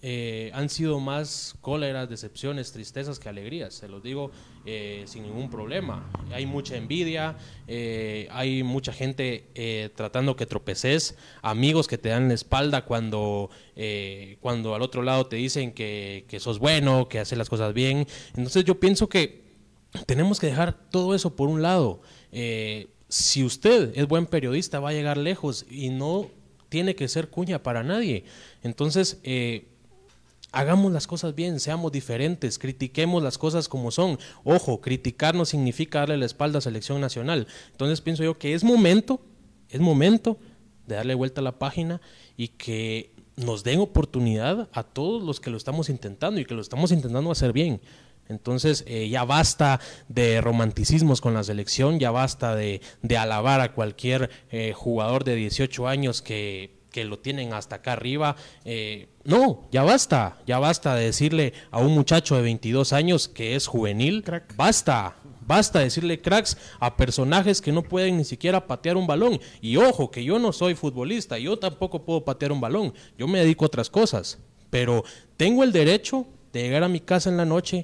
eh, han sido más cóleras, decepciones, tristezas que alegrías, se los digo eh, sin ningún problema. Hay mucha envidia, eh, hay mucha gente eh, tratando que tropeces, amigos que te dan la espalda cuando, eh, cuando al otro lado te dicen que, que sos bueno, que haces las cosas bien. Entonces yo pienso que tenemos que dejar todo eso por un lado. Eh, si usted es buen periodista va a llegar lejos y no tiene que ser cuña para nadie. Entonces, eh, hagamos las cosas bien, seamos diferentes, critiquemos las cosas como son. Ojo, criticar no significa darle la espalda a selección nacional. Entonces pienso yo que es momento, es momento de darle vuelta a la página y que nos den oportunidad a todos los que lo estamos intentando y que lo estamos intentando hacer bien. Entonces eh, ya basta de romanticismos con la selección, ya basta de, de alabar a cualquier eh, jugador de dieciocho años que, que lo tienen hasta acá arriba. Eh, no, ya basta, ya basta de decirle a un muchacho de veintidós años que es juvenil, crack. basta, basta de decirle cracks a personajes que no pueden ni siquiera patear un balón. Y ojo, que yo no soy futbolista, yo tampoco puedo patear un balón, yo me dedico a otras cosas, pero tengo el derecho de llegar a mi casa en la noche,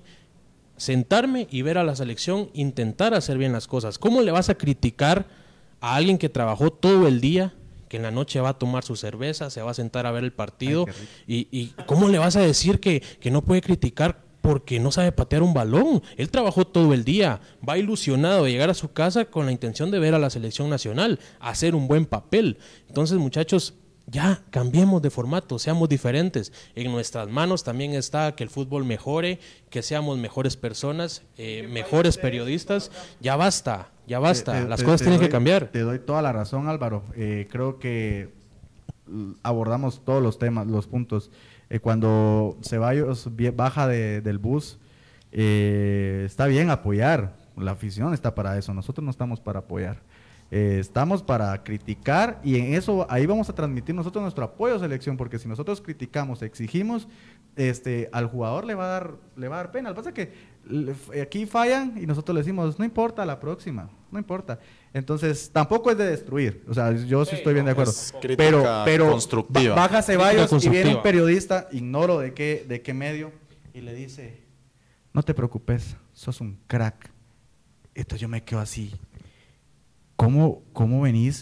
sentarme y ver a la selección intentar hacer bien las cosas. ¿Cómo le vas a criticar a alguien que trabajó todo el día, que en la noche va a tomar su cerveza, se va a sentar a ver el partido? Ay, y, y ¿cómo le vas a decir que, que no puede criticar porque no sabe patear un balón? Él trabajó todo el día, va ilusionado de llegar a su casa con la intención de ver a la selección nacional, hacer un buen papel. Entonces, muchachos, ya cambiemos de formato, seamos diferentes. En nuestras manos también está que el fútbol mejore, que seamos mejores personas, eh, mejores periodistas. Ya basta, ya basta, Te, te, las te, cosas te tienen doy, que cambiar. Te doy toda la razón, Álvaro. Eh, creo que abordamos todos los temas, los puntos. Eh, cuando Ceballos baja de, del bus, eh, está bien apoyar, la afición está para eso, nosotros no estamos para apoyar. Eh, estamos para criticar y en eso ahí vamos a transmitir nosotros nuestro apoyo a selección, porque si nosotros criticamos, exigimos, este, al jugador le va a dar, le va a dar pena. Lo que pasa es que le, aquí fallan y nosotros le decimos, no importa la próxima, no importa. Entonces tampoco es de destruir, o sea, yo sí estoy bien de acuerdo, pero, pero constructiva. baja Ceballos y viene un periodista, ignoro de qué, de qué medio, y le dice, no te preocupes, sos un crack. Entonces yo me quedo así. ¿Cómo, cómo venís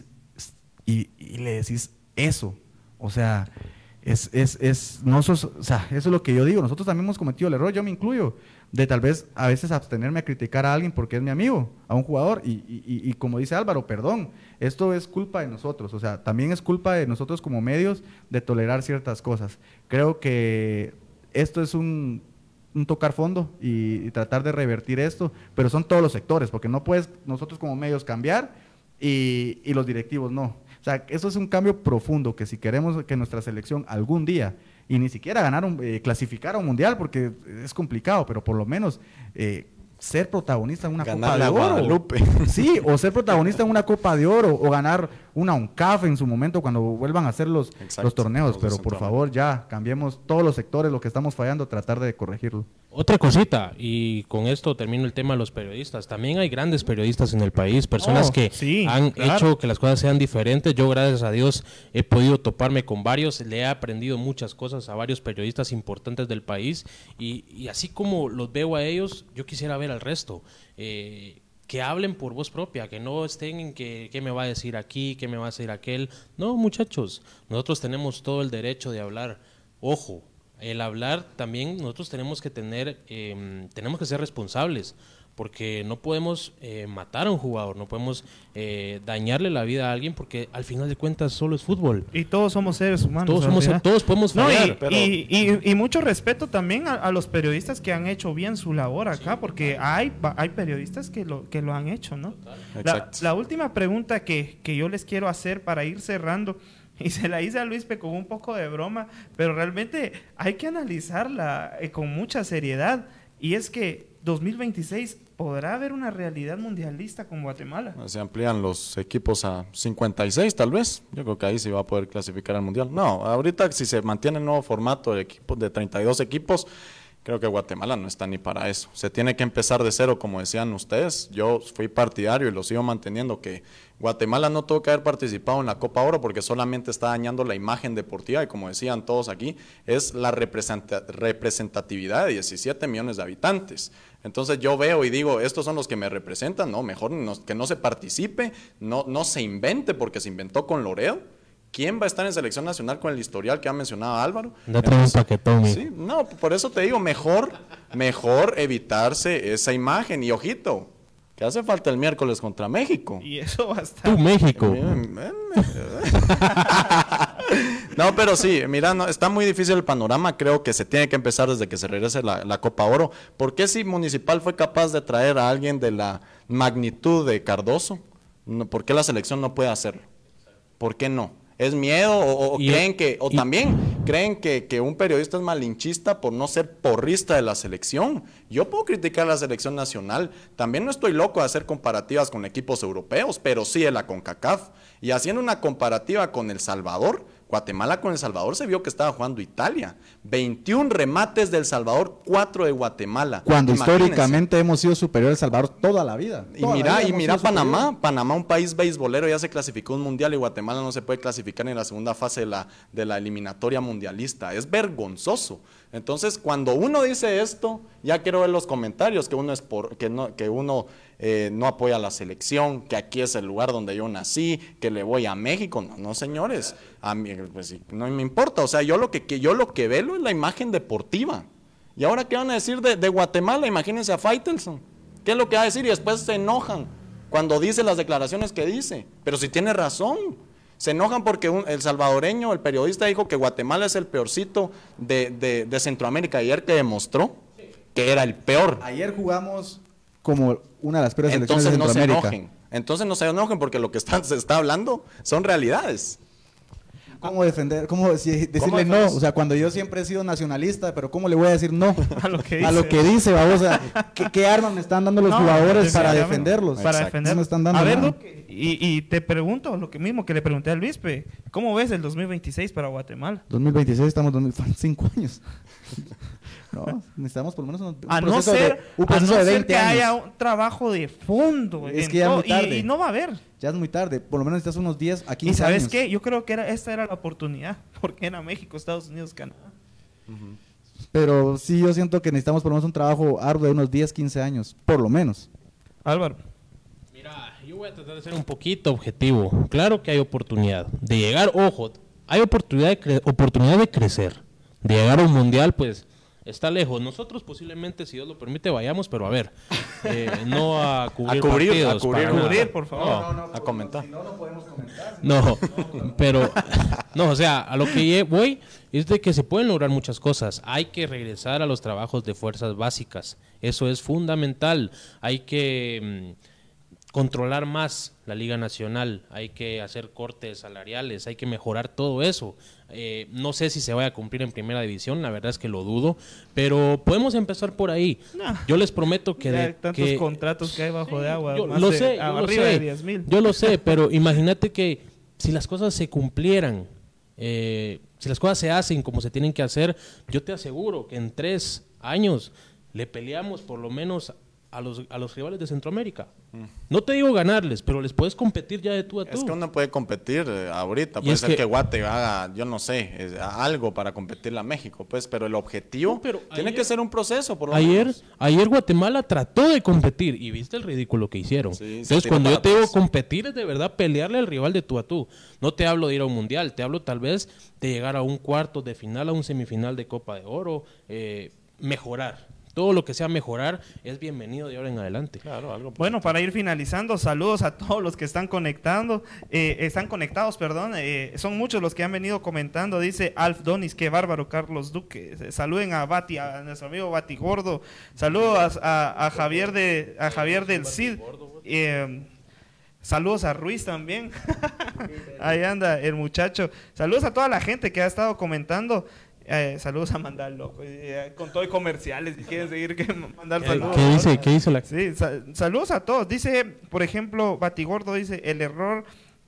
y, y le decís eso? O sea, es, es, es, no sos, o sea, eso es lo que yo digo. Nosotros también hemos cometido el error, yo me incluyo, de tal vez a veces abstenerme a criticar a alguien porque es mi amigo, a un jugador. Y, y, y, y como dice Álvaro, perdón, esto es culpa de nosotros. O sea, también es culpa de nosotros como medios de tolerar ciertas cosas. Creo que esto es un... un tocar fondo y, y tratar de revertir esto, pero son todos los sectores, porque no puedes nosotros como medios cambiar y, y los directivos no. O sea, eso es un cambio profundo, que si queremos que nuestra selección algún día, y ni siquiera ganar un, eh, clasificar a un mundial, porque es complicado, pero por lo menos eh, ser protagonista en una ganar Copa de Oro. Guadalupe. Sí, o ser protagonista en una Copa de Oro, o ganar una UNCAF en su momento cuando vuelvan a hacer los, los torneos, pero por favor ya, cambiemos todos los sectores, lo que estamos fallando, tratar de corregirlo. Otra cosita, y con esto termino el tema de los periodistas. También hay grandes periodistas en el país, personas oh, que sí, han claro. hecho que las cosas sean diferentes. Yo, gracias a Dios, he podido toparme con varios, le he aprendido muchas cosas a varios periodistas importantes del país, y, y así como los veo a ellos, yo quisiera ver al resto. Eh, que hablen por voz propia, que no estén en que qué me va a decir aquí, qué me va a decir aquel. No, muchachos, nosotros tenemos todo el derecho de hablar. Ojo, el hablar también nosotros tenemos que tener, eh, tenemos que ser responsables, porque no podemos eh, matar a un jugador, no podemos eh, dañarle la vida a alguien, porque al final de cuentas solo es fútbol. Y todos somos seres humanos. Todos, somos, todos podemos fallar. No, y, pero... y, y, y mucho respeto también a, a los periodistas que han hecho bien su labor acá, sí, porque hay, hay periodistas que lo, que lo han hecho, ¿no? La, la última pregunta que, que yo les quiero hacer para ir cerrando, y se la hice a Luispe con un poco de broma, pero realmente hay que analizarla eh, con mucha seriedad, y es que dos mil veintiséis podrá haber una realidad mundialista con Guatemala. Se amplían los equipos a cincuenta y seis tal vez, yo creo que ahí se va a poder clasificar al mundial. No, ahorita si se mantiene el nuevo formato de equipos de treinta y dos equipos, Creo que Guatemala no está ni para eso. Se tiene que empezar de cero, como decían ustedes. Yo fui partidario y lo sigo manteniendo, que Guatemala no tuvo que haber participado en la Copa Oro porque solamente está dañando la imagen deportiva y, como decían todos aquí, es la representa- representatividad de diecisiete millones de habitantes. Entonces yo veo y digo, estos son los que me representan, no, mejor no, que no se participe, no, no se invente, porque se inventó con Loredo. ¿Quién va a estar en selección nacional con el historial que ha mencionado Álvaro? Date un paquetón. Sí, no, por eso te digo, mejor, mejor evitarse esa imagen. Y ojito, que hace falta el miércoles contra México. Y eso va a estar. Tú, México. No, pero sí, mira, no, está muy difícil el panorama. Creo que se tiene que empezar desde que se regrese la, la Copa Oro. ¿Por qué si Municipal fue capaz de traer a alguien de la magnitud de Cardoso? No, ¿por qué la selección no puede hacerlo? ¿Por qué no? ¿Es miedo o, o creen que, o y, también creen que, que un periodista es malinchista por no ser porrista de la selección? Yo puedo criticar a la selección nacional, también no estoy loco de hacer comparativas con equipos europeos, pero sí de la CONCACAF. Y haciendo una comparativa con El Salvador, Guatemala con El Salvador se vio que estaba jugando Italia. veintiún remates de El Salvador, cuatro de Guatemala. Cuando Imagínense. históricamente hemos sido superior a El Salvador toda la vida. Y Toda mira, la vida y hemos mira sido Panamá, superior. Panamá, un país beisbolero, ya se clasificó un mundial y Guatemala no se puede clasificar en la segunda fase de la, de la eliminatoria mundialista. Es vergonzoso. Entonces, cuando uno dice esto, ya quiero ver los comentarios, que uno es por, que no, que uno eh, no apoya a la selección, que aquí es el lugar donde yo nací, que le voy a México. No, no señores, a mí pues, sí, no me importa. O sea, yo lo que, que yo lo que veo es la imagen deportiva. Y ahora, ¿qué van a decir de, de Guatemala? Imagínense a Faitelson. ¿Qué es lo que va a decir? Y después se enojan cuando dice las declaraciones que dice. Pero si tiene razón. Se enojan porque un, el salvadoreño, el periodista, dijo que Guatemala es el peorcito de, de, de Centroamérica. Ayer que demostró que era el peor. Ayer jugamos como una de las peores selecciones Entonces de no se Centroamérica. enojen. Entonces no se enojen porque lo que está, se está hablando son realidades. ¿Cómo defender? ¿Cómo deci- decirle ¿Cómo no? defendes? O sea, cuando yo siempre he sido nacionalista, pero ¿cómo le voy a decir no? A lo que A dice. lo que dice, vamos a ¿qué, qué armas me están dando los No, jugadores para definitivamente. defenderlos? Para Exacto. defender. No me están dando a ver, nada. Duque, y, y te pregunto lo que mismo que le pregunté a Luispe. ¿Cómo ves el dos mil veintiséis para Guatemala? dos mil veintiséis estamos dando cinco años. No, necesitamos por lo menos un, un A no proceso, ser, de, un a proceso no de ser veinte que haya años. un trabajo de fondo. Es en que ya es todo- muy tarde. y, y no va a haber. Ya es muy tarde, por lo menos necesitas unos diez a ¿Y quince sabes años. qué? Yo creo que era, esta era la oportunidad. Porque era México, Estados Unidos, Canadá. Pero sí, yo siento que necesitamos por lo menos un trabajo arduo de unos diez, quince años, por lo menos. Álvaro. Mira, yo voy a tratar de ser un poquito objetivo. Claro que hay oportunidad de llegar, ojo, hay oportunidad de, cre- oportunidad de crecer. De llegar a un mundial, pues está lejos. Nosotros posiblemente, si Dios lo permite, vayamos, pero a ver, eh, no a cubrir, A cubrir, partidos, a cubrir, para nada. cubrir, por favor. No, A comentar. no, pero, no, o sea, a lo que lle- voy es de que se pueden lograr muchas cosas. Hay que regresar a los trabajos de fuerzas básicas. Eso es fundamental. Hay que mm, controlar más la Liga Nacional. Hay que hacer cortes salariales. Hay que mejorar todo eso. Eh, no sé si se vaya a cumplir en primera división. La verdad es que lo dudo. Pero podemos empezar por ahí. No. Yo les prometo que... Ya de- hay tantos que- contratos que hay bajo de agua. yo más lo de- sé, yo lo arriba sé. de diez mil. Yo lo sé, pero imagínate que si las cosas se cumplieran, eh, si las cosas se hacen como se tienen que hacer, yo te aseguro que en tres años le peleamos por lo menos a los, a los rivales de Centroamérica. No te digo ganarles, pero les puedes competir ya de tú a tú. Es que uno puede competir eh, ahorita, Y puede es ser que- que, Guate haga, yo no sé, es- algo para competirle a México, pues, pero el objetivo No, pero tiene ayer- que ser un proceso, por lo Ayer, menos. ayer Guatemala trató de competir y viste el ridículo que hicieron. Sí, se Entonces, tiró cuando para yo te digo atrás. competir, es de verdad pelearle al rival de tú a tú. No te hablo de ir a un mundial, te hablo tal vez de llegar a un cuarto de final, a un semifinal de Copa de Oro, eh, mejorar. Todo lo que sea mejorar es bienvenido de ahora en adelante. Claro, algo Bueno, para ir finalizando, saludos a todos los que están conectando, eh, están conectados, perdón, eh, son muchos los que han venido comentando, dice Alf Donis, qué bárbaro Carlos Duque, Eh, saluden a Bati, a nuestro amigo Bati Gordo, saludos a, a, a Javier de, a Javier del Cid, eh, saludos a Ruiz también, ahí anda el muchacho, saludos a toda la gente que ha estado comentando. Eh, saludos a Mandar Loco, eh, con todo y comerciales, si quieren seguir que mandar ¿Qué, saludos. qué dice, ¿Qué dice la Sí, sa- saludos a todos. Dice, por ejemplo, Batigordo dice, el error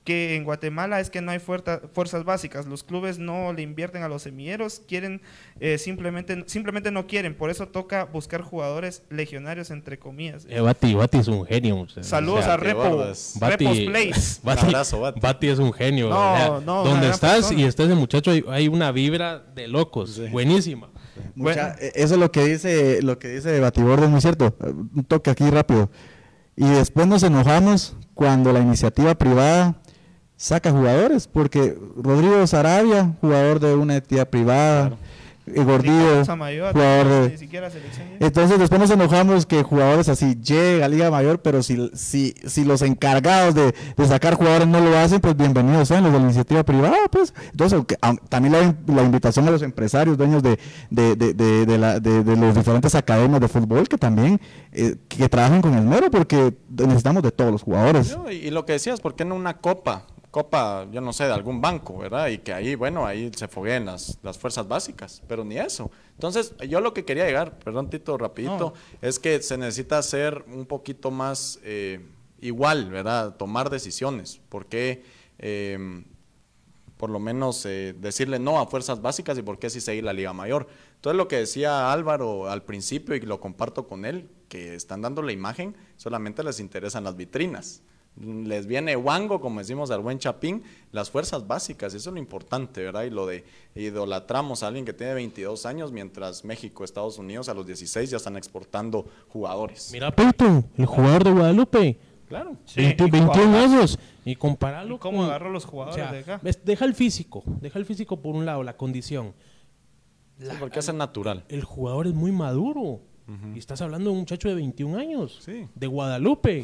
que en Guatemala es que no hay fuerza, fuerzas básicas, los clubes no le invierten a los semilleros, quieren eh, simplemente simplemente no quieren, por eso toca buscar jugadores legionarios entre comillas. Eh, Bati, Bati es un genio. O sea, Saludos o sea, a Repo, gordas. Bati, Repos Place. Bati, Un abrazo, Bati. Bati es un genio. No, o sea, no, una donde gran estás persona. y está ese muchacho hay, hay una vibra de locos, Sí. buenísima. Mucha- eh, eso es lo que dice, lo que dice Batiborde, es muy cierto. Eh, Un toque aquí rápido. Y después nos enojamos cuando la iniciativa privada saca jugadores, porque Rodrigo Sarabia, jugador de una entidad privada, eh, Gordillo, Nicolás Amayoa, jugador de... ni siquiera selección. Entonces después nos enojamos que jugadores así lleguen a Liga Mayor, pero si, si, si los encargados de, de sacar jugadores no lo hacen, pues bienvenidos sean los de la iniciativa privada, pues. Entonces aunque, aun- también la, la invitación a los empresarios, dueños de, de, de, de, de, la, de, de los diferentes academias de fútbol, que también eh, que trabajen con el mero, porque necesitamos de todos los jugadores. No, y, y lo que decías, ¿por qué no una copa? Copa, yo no sé, de algún banco, ¿verdad? Y que ahí, bueno, ahí se fogueen las, las fuerzas básicas, pero ni eso. Entonces, yo lo que quería llegar, perdón Tito, rapidito, No. es que se necesita ser un poquito más eh, igual, ¿verdad? Tomar decisiones, porque eh, por lo menos eh, decirle no a fuerzas básicas y por qué sí seguir la Liga Mayor. Entonces, lo que decía Álvaro al principio, y lo comparto con él, que están dando la imagen, solamente les interesan las vitrinas. Les viene guango, como decimos al buen Chapín, las fuerzas básicas, eso es lo importante, ¿verdad? Y lo de idolatramos a alguien que tiene veintidós años, mientras México, Estados Unidos a los dieciséis ya están exportando jugadores. Mira Peito, el jugador de Guadalupe, Claro. Sí, veinte, y veintiún jugadorazo. años, y compararlo ¿Y cómo con- agarró los o jugadores sea, de acá? ves, deja el físico, deja el físico por un lado, la condición. Sí, porque es natural. El jugador es muy maduro. Y estás hablando de un muchacho de veintiún años, Sí. de Guadalupe.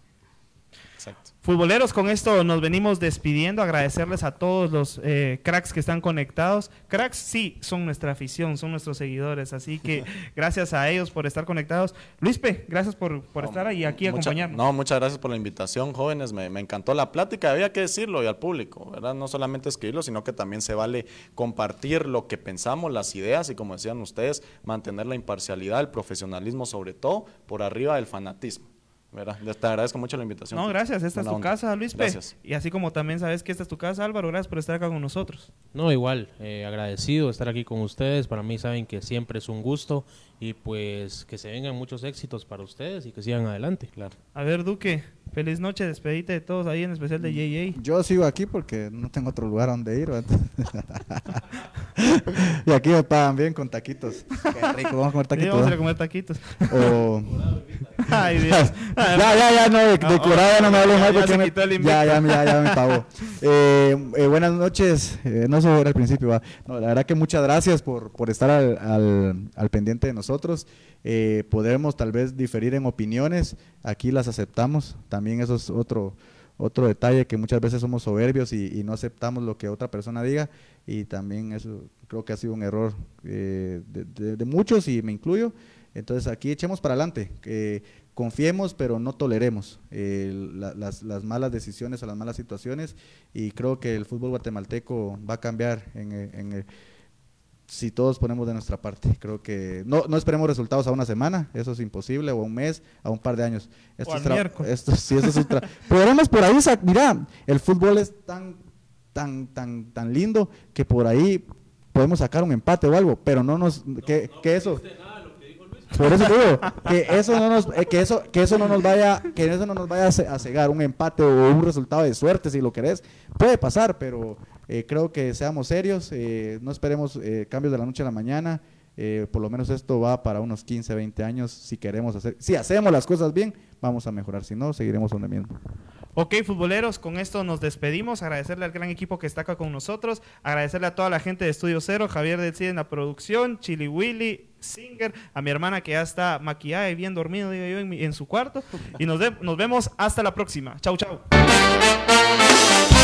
Exacto. Futboleros, con esto nos venimos despidiendo, agradecerles a todos los eh, cracks que están conectados. Cracks sí, son nuestra afición, son nuestros seguidores, así que gracias a ellos por estar conectados. Luispe, gracias por, por estar ahí aquí Mucha- acompañarnos. No, muchas gracias por la invitación, jóvenes. Me, me encantó la plática. Había que decirlo y al público, ¿verdad? No solamente escribirlo, sino que también se vale compartir lo que pensamos, las ideas y, como decían ustedes, mantener la imparcialidad, el profesionalismo, sobre todo, por arriba del fanatismo, ¿verdad? Les te agradezco mucho la invitación. No, gracias, esta es Buena tu onda. casa, Luispe. Gracias. Y así como también sabes que esta es tu casa, Álvaro, gracias por estar acá con nosotros. No, igual, eh, agradecido de estar aquí con ustedes. Para mí saben que siempre es un gusto y pues que se vengan muchos éxitos para ustedes y que sigan adelante. Claro. A ver, Duque, feliz noche, despedite de todos ahí, en especial de J J. Yo sigo aquí porque no tengo otro lugar donde ir, ¿verdad? Y aquí me pagan bien con taquitos. Qué rico, vamos a comer Sí, taquitos. vamos a ir a ¿verdad? comer taquitos. O... Ay, Dios. ya, ya, ya, no, de, de Ah, curada ya no me ya, hablo ya, más ya porque se me- quitó el invicto. ya, ya, ya, ya me pagó. Eh, eh, buenas noches, eh, no sé al principio, ¿va? No, la verdad que muchas gracias por, por estar al, al, al pendiente de nosotros. Eh, podemos tal vez diferir en opiniones, aquí las aceptamos, también eso es otro, otro detalle, que muchas veces somos soberbios y, y no aceptamos lo que otra persona diga, y también eso creo que ha sido un error eh, de, de- de muchos y me incluyo. Entonces aquí echemos para adelante, que confiemos pero no toleremos eh, la- las, las malas decisiones o las malas situaciones, y creo que el fútbol guatemalteco va a cambiar en, el- en el- si todos ponemos de nuestra parte. Creo que no, no esperemos resultados a una semana, eso es imposible, o a un mes, a un par de años. Esto O es al tra- miércoles. esto, sí, eso es un tra- Programas por ahí, Sa- mira, el fútbol es tan, tan, tan, tan lindo que por ahí podemos sacar un empate o algo, pero no nos, que, que eso. Por eso digo que eso no nos, eh, que eso, que eso no nos vaya, que eso no nos vaya a ce- a cegar un empate o un resultado de suerte, si lo querés, puede pasar, pero eh, creo que seamos serios, eh, no esperemos eh, cambios de la noche a la mañana, eh, por lo menos esto va para unos quince, veinte años, si queremos hacer, si hacemos las cosas bien, vamos a mejorar, si no, seguiremos donde mismo. Ok, futboleros, con esto nos despedimos. Agradecerle al gran equipo que está acá con nosotros. Agradecerle a toda la gente de Estudio Cero, Javier del Cid en la producción, Chili Willy, Singer, a mi hermana que ya está maquillada y bien dormido, digo yo, en, mi- en su cuarto. Y nos, de- nos vemos hasta la próxima. Chau, chau.